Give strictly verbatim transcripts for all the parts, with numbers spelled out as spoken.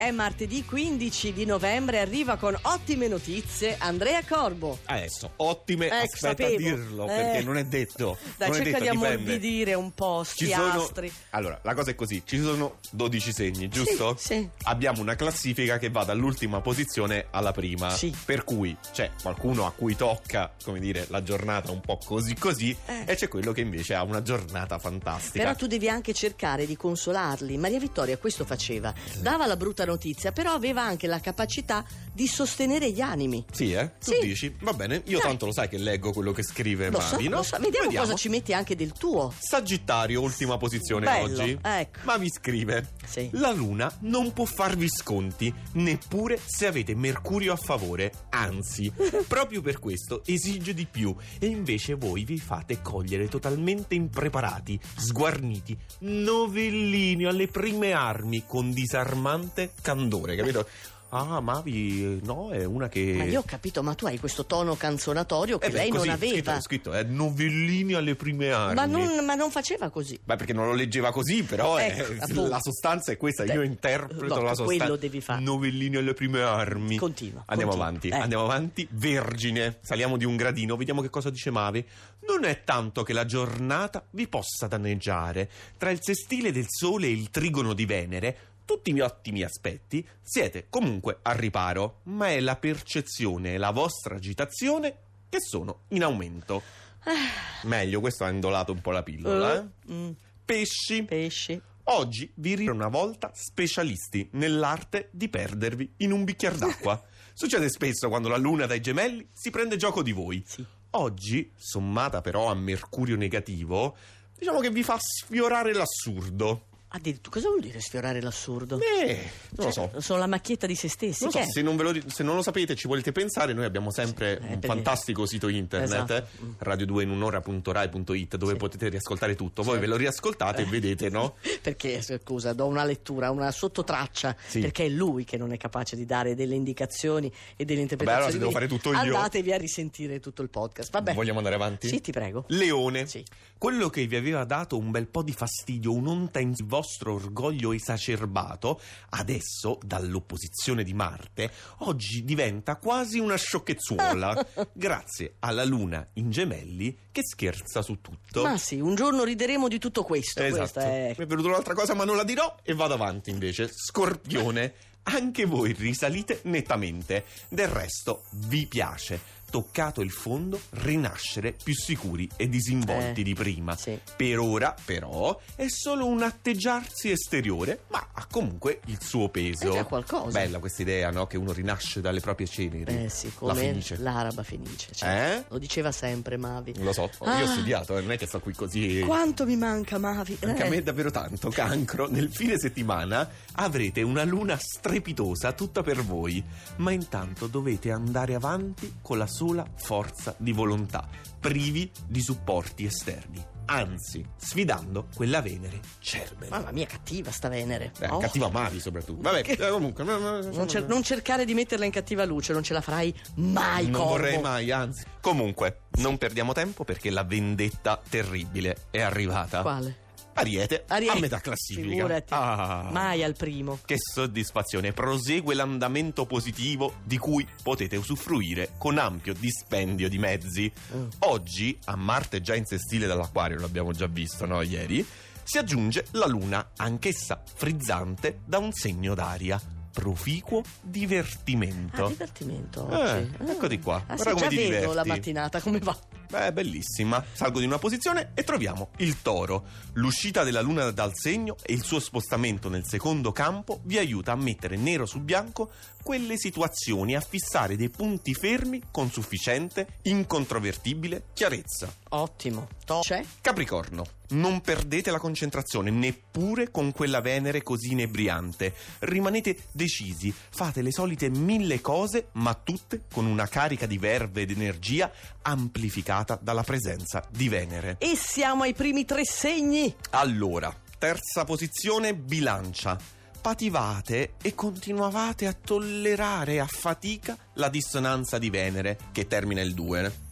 È martedì quindici di novembre, arriva con ottime notizie Andrea Corbo. Adesso, ottime, Eh, aspetta sapevo. a dirlo, Eh. perché non è detto. Dai, non è cerca detto, di dipende. ammorbidire un po' sti Ci sono, astri. allora, la cosa è così, ci sono dodici segni, giusto? Sì, sì. Abbiamo una classifica che va dall'ultima posizione alla prima. Sì. Per cui c'è qualcuno a cui tocca, come dire, la giornata un po' così così, Eh. e c'è quello che invece ha una giornata fantastica. Però tu devi anche cercare di consolarli. Maria Vittoria questo faceva. Dava la brutta notizia, però aveva anche la capacità di sostenere gli animi. Sì, eh? Tu Sì. dici? Va bene, io Dai. tanto lo sai che leggo quello che scrive Lo so, Mavi, no? lo so. Vediamo, Vediamo. cosa ci metti anche del tuo. Sagittario, ultima posizione Bello, oggi. ecco. Ma vi scrive: Sì. la luna non può farvi sconti, neppure se avete Mercurio a favore. Anzi, proprio per questo esige di più. E invece voi vi fate cogliere totalmente impreparati, sguarniti, novellini alle prime armi con disarmante candore, capito? Ah, Mavi, no, è una che... Ma io ho capito, ma tu hai questo tono canzonatorio che Eh beh, lei così, non aveva. Scritto, scritto, è novellini alle prime armi. Ma non, ma non faceva così. Beh, perché non lo leggeva così, però Ecco, è- appunto. la sostanza è questa. Io Beh, interpreto no, la sostanza. quello devi fare. Novellini alle prime armi. Continua, Andiamo continua. avanti, Eh. andiamo avanti. Vergine, saliamo di un gradino, vediamo che cosa dice Mavi. Non è tanto che la giornata vi possa danneggiare. Tra il sestile del Sole e il trigono di Venere, tutti gli ottimi aspetti, siete comunque al riparo, ma è la percezione e la vostra agitazione che sono in aumento. Meglio, questo ha indolato un po' la pillola, eh? Mm, Pesci. pesci. Oggi vi riro una volta specialisti nell'arte di perdervi in un bicchiere d'acqua. Succede spesso quando la luna dai gemelli si prende gioco di voi. Sì. Oggi, sommata però a Mercurio negativo, diciamo che vi fa sfiorare l'assurdo. Addirittura, cosa vuol dire sfiorare l'assurdo? Eh, non lo so. Cioè, sono la macchietta di se stessi. Non so, che è? se non, ve lo, se non lo sapete, ci volete pensare, noi abbiamo sempre Sì, eh, un perché- fantastico sito internet, Esatto. eh, radio due in un'ora punto rai punto it, dove Sì. potete riascoltare tutto. Voi Certo. ve lo riascoltate e vedete, no? Perché, scusa, do una lettura, una sottotraccia, Sì. perché è lui che non è capace di dare delle indicazioni e delle Vabbè, allora interpretazioni. se devo fare tutto io. Andatevi a risentire tutto il podcast. Vabbè. Vogliamo andare avanti? Sì, ti prego. Leone, Sì. quello che vi aveva dato un bel po' di fastidio, un'onta in vostro orgoglio esacerbato, adesso, dall'opposizione di Marte, oggi diventa quasi una sciocchezzuola, grazie alla luna in gemelli che scherza su tutto. Ma sì, un giorno rideremo di tutto questo. Esatto. Questa è... Mi è venuta un'altra cosa, ma non la dirò e vado avanti invece. Scorpione, anche voi risalite nettamente. Del resto, vi piace, toccato il fondo, rinascere più sicuri e disinvolti Eh, di prima. sì. Per ora, però, è solo un atteggiarsi esteriore, ma ha comunque il suo peso. È già qualcosa. Bella questa idea, no? Che uno rinasce dalle proprie ceneri. Eh sì, La come fenice. l'araba fenice. Certo. Eh? Lo diceva sempre Mavi. Lo so, io Ah. ho studiato, eh, non è che sto qui così. Quanto mi manca Mavi. Anche Eh. a me davvero tanto. Cancro, nel fine settimana avrete una luna strepitosa tutta per voi, ma intanto dovete andare avanti con la sola forza di volontà, privi di supporti esterni, anzi sfidando quella Venere Cerbere. Mamma mia, cattiva sta Venere. Eh, Oh. cattiva Mavi soprattutto. Vabbè, Che- eh, comunque Non, cer- non cercare di metterla in cattiva luce, non ce la farai mai, non Corvo. vorrei mai, anzi. Comunque, non perdiamo tempo perché la vendetta terribile è arrivata. Quale? Ariete, Ariete. a metà classifica. Figurati. Ah. Mai al primo. Che soddisfazione, prosegue l'andamento positivo di cui potete usufruire con ampio dispendio di mezzi. Mm. Oggi, a Marte già in sestile dall'Acquario, l'abbiamo già visto, no, ieri, si aggiunge la Luna, anch'essa frizzante da un segno d'aria. Proficuo divertimento. Ah, divertimento Eh, oggi. eccoti qua. Ah, Guarda sì, come già ti vedo diverti. la mattinata come va. Beh, bellissima. Salgo di una posizione e troviamo il Toro. L'uscita della Luna dal segno e il suo spostamento nel secondo campo vi aiuta a mettere nero su bianco quelle situazioni, a fissare dei punti fermi con sufficiente, incontrovertibile chiarezza. Ottimo. To- C'è? Capricorno, non perdete la concentrazione neppure con quella Venere così inebriante. Rimanete decisi, fate le solite mille cose, ma tutte con una carica di verve ed energia amplificata dalla presenza di Venere. E siamo ai primi tre segni. Allora, terza posizione, Bilancia. Pativate e continuavate a tollerare a fatica la dissonanza di Venere, che termina il due.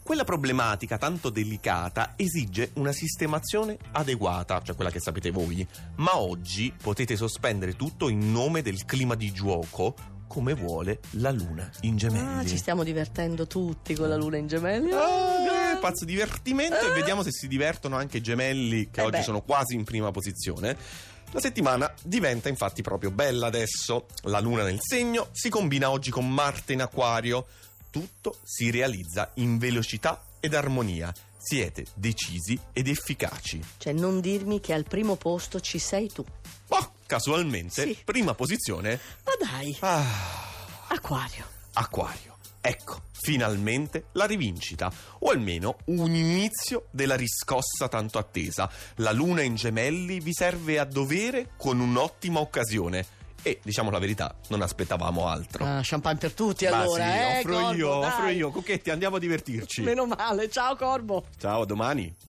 Quella problematica tanto delicata esige una sistemazione adeguata, cioè quella che sapete voi, ma oggi potete sospendere tutto in nome del clima di gioco, come vuole la luna in Gemelli. Ah, ci stiamo divertendo tutti con la luna in Gemelli. Ah, pazzo divertimento, ah. E vediamo se si divertono anche i Gemelli, che eh oggi beh. sono quasi in prima posizione. La settimana diventa infatti proprio bella adesso. La luna nel segno si combina oggi con Marte in Acquario. Tutto si realizza in velocità ed armonia. Siete decisi ed efficaci. Cioè, non dirmi che al primo posto ci sei tu. Oh, casualmente, Sì. prima posizione. Ma dai, Ah, Acquario. Acquario. Ecco, finalmente la rivincita, o almeno un inizio della riscossa tanto attesa. La luna in Gemelli vi serve a dovere con un'ottima occasione. E, diciamo la verità, non aspettavamo altro. Ah, champagne per tutti Ma allora, sì, eh, offro Corbo, io, dai. offro io. Cucchetti, andiamo a divertirci. Meno male, ciao Corbo. Ciao, a domani.